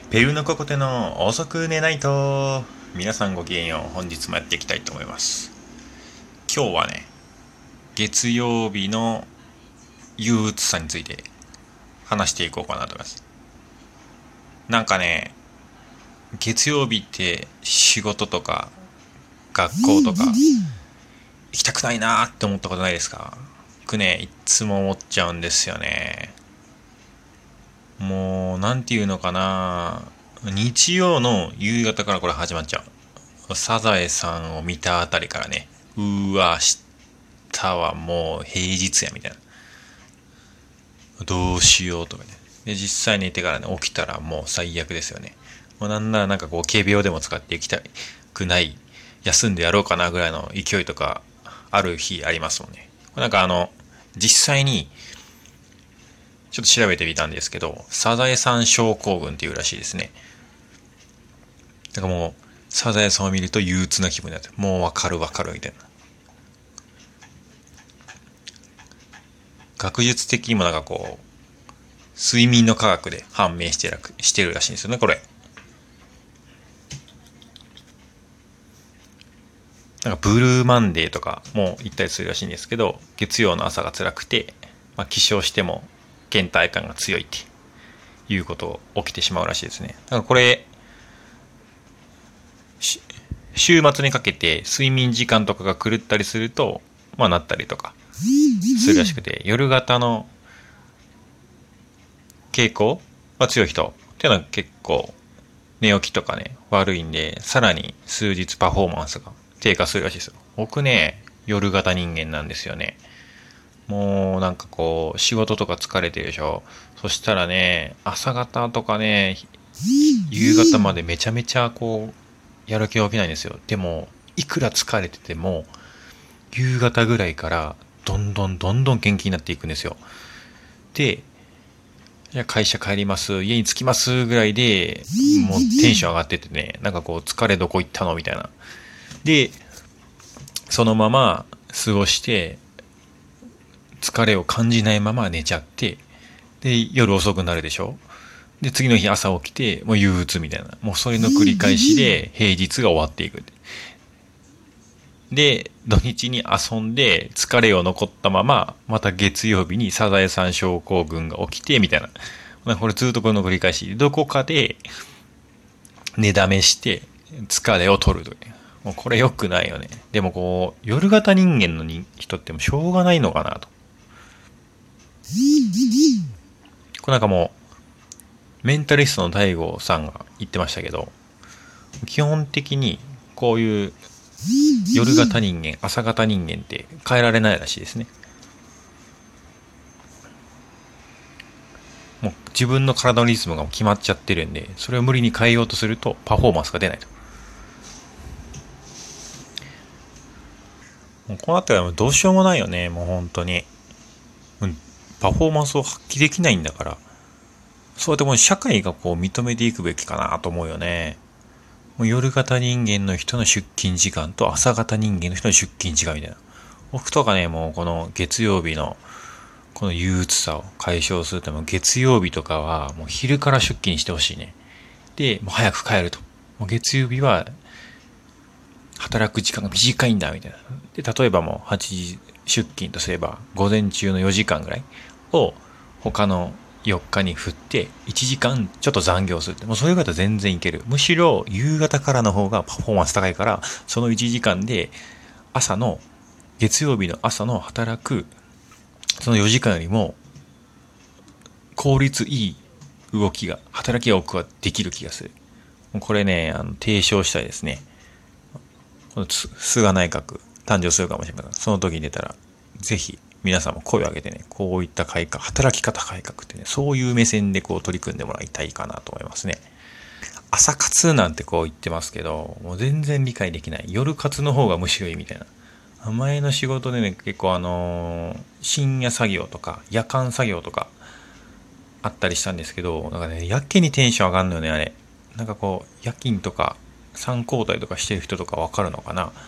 ペルのココテの遅く寝ないと。皆さんごきげんよう。本日もやっていきたいと思います。今日はね、月曜日の憂鬱さについて話していこうかなと思います。なんかね、月曜日って仕事とか学校とか行きたくないなーって思ったことないですか？僕ね、いつも思っちゃうんですよね。もう、なんていうのかな、日曜の夕方からこれ始まっちゃう。サザエさんを見たあたりからね、明日はもう平日やみたいな。どうしようとかね。で、実際寝てからね、起きたらもう最悪ですよね。もうなんならなんかこう、軽病でも使っていきたくない、休んでやろうかなぐらいの勢いとか、ある日ありますもんね。なんか実際に、ちょっと調べてみたんですけど、サザエさん症候群っていうらしいですね。だからもう、サザエさんを見ると憂鬱な気分になって、もうわかるわかるみたいな。学術的にもなんかこう、睡眠の科学で判明してるらしいんですよね、これ。なんかブルーマンデーとかも言ったりするらしいんですけど、月曜の朝が辛くて、起床しても倦怠感が強いっていうこと起きてしまうらしいですね。だからこれ、週末にかけて睡眠時間とかが狂ったりすると、なったりとかするらしくて、夜型の傾向が強い人っていうのは結構寝起きとかね、悪いんで、さらに数日パフォーマンスが低下するらしいですよ。僕ね、夜型人間なんですよね。もうなんかこう、仕事とか疲れてるでしょ。そしたらね、朝方とかね、夕方までめちゃめちゃこう、やる気が起きないんですよ。でも、いくら疲れてても、夕方ぐらいからどんどん元気になっていくんですよ。で、じゃあ会社帰ります、家に着きますぐらいで、もうテンション上がっててね、なんかこう、疲れどこ行ったのみたいな。で、そのまま過ごして、疲れを感じないまま寝ちゃって、で、夜遅くなるでしょ。で、次の日朝起きて、もう憂鬱みたいな。もうそれの繰り返しで平日が終わっていく。で、土日に遊んで疲れを残ったまま、また月曜日にサザエさん症候群が起きて、みたいな。これずっとこの繰り返し。どこかで寝だめして疲れを取るという。もうこれ良くないよね。でもこう、夜型人間の人ってもしょうがないのかなと。これなんかもう、メンタリストの大悟さんが言ってましたけど、基本的にこういう夜型人間、朝型人間って変えられないらしいですね。もう自分の体のリズムが決まっちゃってるんで、それを無理に変えようとするとパフォーマンスが出ないと。もうこうなったらどうしようもないよね、もう本当に。パフォーマンスを発揮できないんだから、そうやってもう社会がこう認めていくべきかなと思うよね。もう夜型人間の人の出勤時間と朝型人間の人の出勤時間みたいな。僕とかね、もうこの月曜日のこの憂鬱さを解消するため、月曜日とかはもう昼から出勤してほしいね。で、もう早く帰ると。もう月曜日は働く時間が短いんだみたいな。で、例えばもう8時出勤とすれば、午前中の4時間ぐらいを他の4日に振って1時間ちょっと残業するって。もうそういう方全然いける。むしろ夕方からの方がパフォーマンス高いから、その1時間で朝の、月曜日の朝の働くその4時間よりも効率いい動きが、働きが僕はできる気がする。これね、提唱したいですね。この菅内閣誕生するかもしれません。その時に出たら、ぜひ皆さんも声を上げてね、こういった改革、働き方改革ってね、そういう目線でこう取り組んでもらいたいかなと思いますね。朝活なんてこう言ってますけど、もう全然理解できない。夜活の方がむしろいいみたいな。前の仕事でね、結構深夜作業とか、夜間作業とかあったりしたんですけど、なんかね、やけにテンション上がるのよね、あれ。なんかこう、夜勤とか、3交代とかしてる人とかわかるのかな。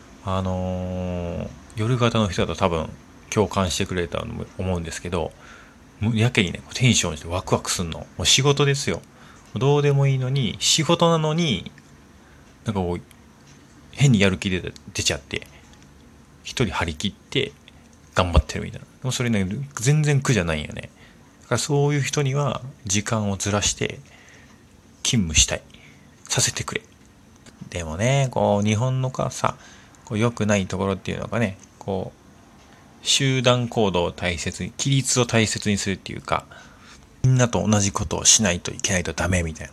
夜型の人だと多分共感してくれたと思うんですけど、やけにね、テンションしてワクワクすんの。もう仕事ですよ。 どうでもいいのに、仕事なのに、なんかこう、変にやる気で出ちゃって、一人張り切って頑張ってるみたいな。でもそれね、全然苦じゃないんよね。だからそういう人には時間をずらして勤務したい。させてくれ。でもね、こう、日本のさ、こう良くないところっていうのがね、こう、集団行動を大切に、規律を大切にするっていうか、みんなと同じことをしないといけないとダメみたいな。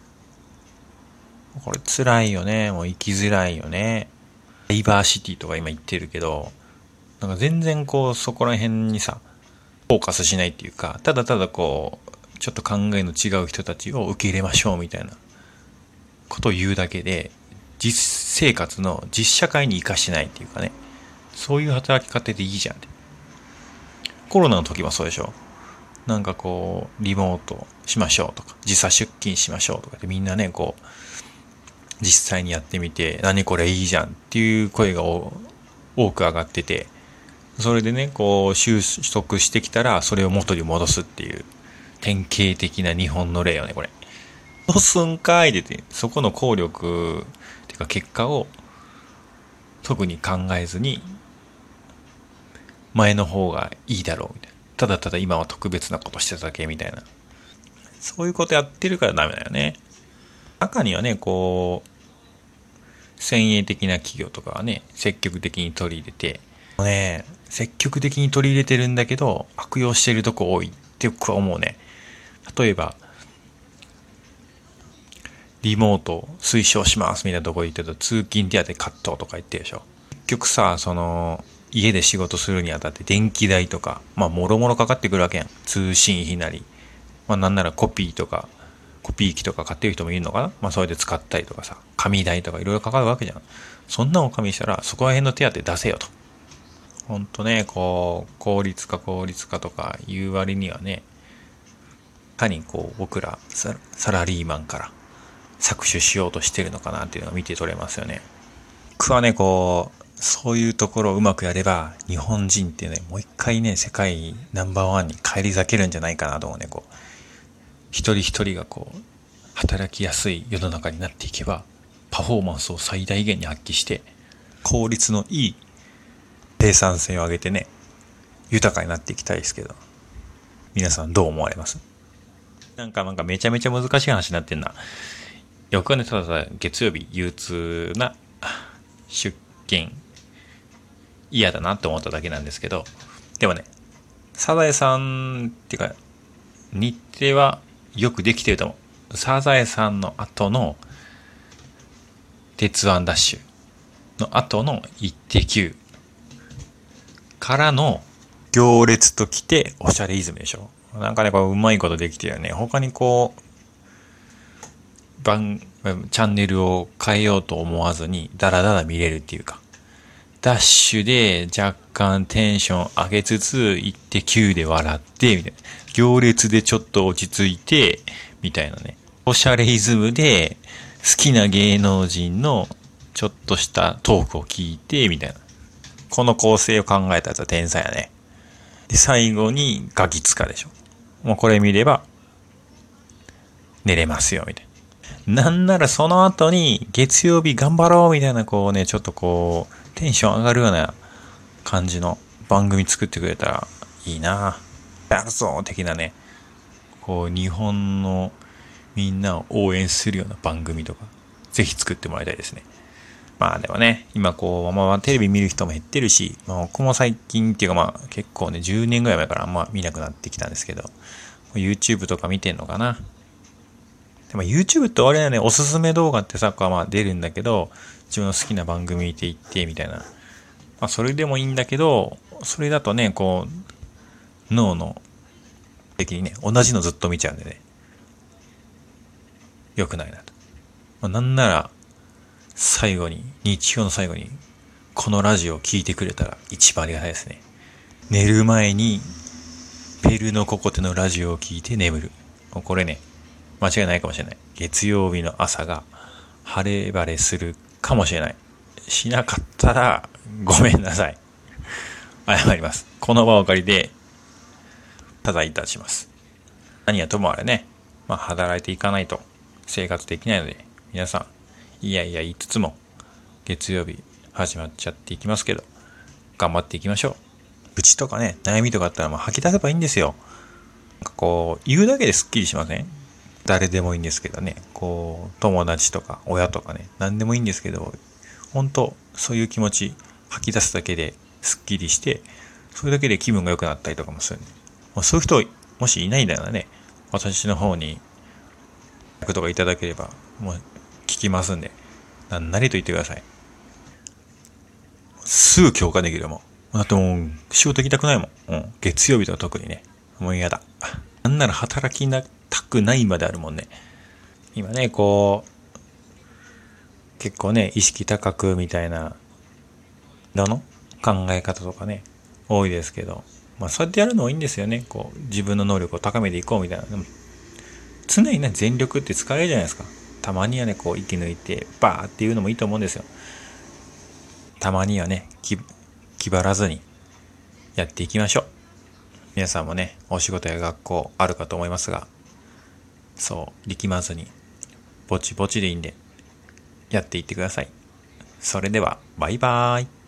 これ辛いよね。もう生きづらいよね。ダイバーシティとか今言ってるけど、なんか全然こうそこら辺にさ、フォーカスしないっていうか、ただただこう、ちょっと考えの違う人たちを受け入れましょうみたいなことを言うだけで、実生活の実社会に活かしてないっていうかね、そういう働き方でいいじゃんって。コロナの時もそうでしょ。なんかこう、リモートしましょうとか、時差出勤しましょうとかってみんなね、こう、実際にやってみて、何これいいじゃんっていう声が多く上がってて、それでね、こう、習得してきたら、それを元に戻すっていう、典型的な日本の例よね、これ。どうすんかいでて、そこの効力、っていうか結果を、特に考えずに、前の方がいいだろう、みたいな。ただただ今は特別なことしてただけ、みたいな。そういうことやってるからダメだよね。中にはね、こう、先鋭的な企業とかはね、積極的に取り入れて、ね、積極的に取り入れてるんだけど、悪用してるとこ多いって僕は思うね。例えば、リモート推奨しますみたいなとこ言ってると、通勤手当カットとか言ってるでしょ。結局さ、その、家で仕事するにあたって電気代とか、まあ、もろもろかかってくるわけやん。通信費なり。まあ、なんならコピーとか、コピー機とか買ってる人もいるのかな。まあ、それで使ったりとかさ、紙代とかいろいろかかるわけじゃん。そんなお加味したら、そこら辺の手当出せよと。ほんとね、こう、効率化とか言う割にはね、いかにこう、僕らサラリーマンから搾取しようとしてるのかなっていうのが見て取れますよね。僕はね、こう、そういうところをうまくやれば、日本人ってね、もう一回ね、世界ナンバーワンに返り咲けるんじゃないかなと思うね、こう。一人一人がこう、働きやすい世の中になっていけば、パフォーマンスを最大限に発揮して、効率のいい生産性を上げてね、豊かになっていきたいですけど、皆さんどう思われます？なんかめちゃめちゃ難しい話になってんな。僕はね、ただただ月曜日憂鬱な出勤嫌だなって思っただけなんですけど、でもね、サザエさんっていうか、日程はよくできてると思う。サザエさんの後の鉄腕ダッシュの後のイッテ Q からの行列ときておしゃれイズムでしょ。なんかね、これうまいことできてるよね。他にこう、チャンネルを変えようと思わずにダラダラ見れるっていうか、ダッシュで若干テンション上げつつ、行って9で笑って、みたいな。行列でちょっと落ち着いて、みたいなね。おしゃれイズムで、好きな芸能人のちょっとしたトークを聞いて、みたいな。この構成を考えたやつは天才やね。で、最後にガキ使でしょ。もうこれ見れば、寝れますよ、みたいな。なんならその後に、月曜日頑張ろう、みたいな、こうね、ちょっとこう、テンション上がるような感じの番組作ってくれたらいいな。やるぞ的なね、こう日本のみんなを応援するような番組とかぜひ作ってもらいたいですね。まあでもね、今こう、まあテレビ見る人も減ってるし、まあ僕も最近っていうかまあ結構ね、10年ぐらい前からあんま見なくなってきたんですけど、YouTube とか見てんのかな。でも YouTube ってあれはね、おすすめ動画ってさ、まあ出るんだけど、自分の好きな番組見ていってみたいな。まあそれでもいいんだけど、それだとね、こう、脳の的にね、同じのずっと見ちゃうんでね、良くないなと。まあ、なんなら、最後に、日曜の最後に、このラジオを聞いてくれたら一番ありがたいですね。寝る前に、ペルノココテのラジオを聞いて眠る。これね、間違いないかもしれない。月曜日の朝が晴れ晴れするかもしれない。しなかったらごめんなさい。謝ります。この場をお借りで謝罪いたします。何やともあれね、 働いていかないと生活できないので、皆さん、いやいや言いつつも、月曜日始まっちゃっていきますけど、頑張っていきましょう。愚痴とかね、悩みとかあったら吐き出せばいいんですよ。言うだけですっきりしません？誰でもいいんですけどね、友達とか親とかね、何でもいいんですけど、本当そういう気持ち吐き出すだけですっきりして、それだけで気分が良くなったりとかもするんで、そういう人もしいないならね、私の方に役とかいただければもう聞きますんで、何なりと言ってください。すぐ共感できるもん。だってもう仕事行きたくないもん。月曜日とか特にね、もう嫌だ。なんなら働きたくないまであるもんね。今ね、結構ね、意識高くみたいなの考え方とかね、多いですけど、そうやってやるのもいいんですよね。自分の能力を高めていこうみたいな。でも常にね、全力って使えるじゃないですか。たまにはね、息抜いて、バーっていうのもいいと思うんですよ。たまにはね、気張らずにやっていきましょう。皆さんもね、お仕事や学校あるかと思いますが、力まずに、ぼちぼちでいいんで、やっていってください。それでは、バイバーイ。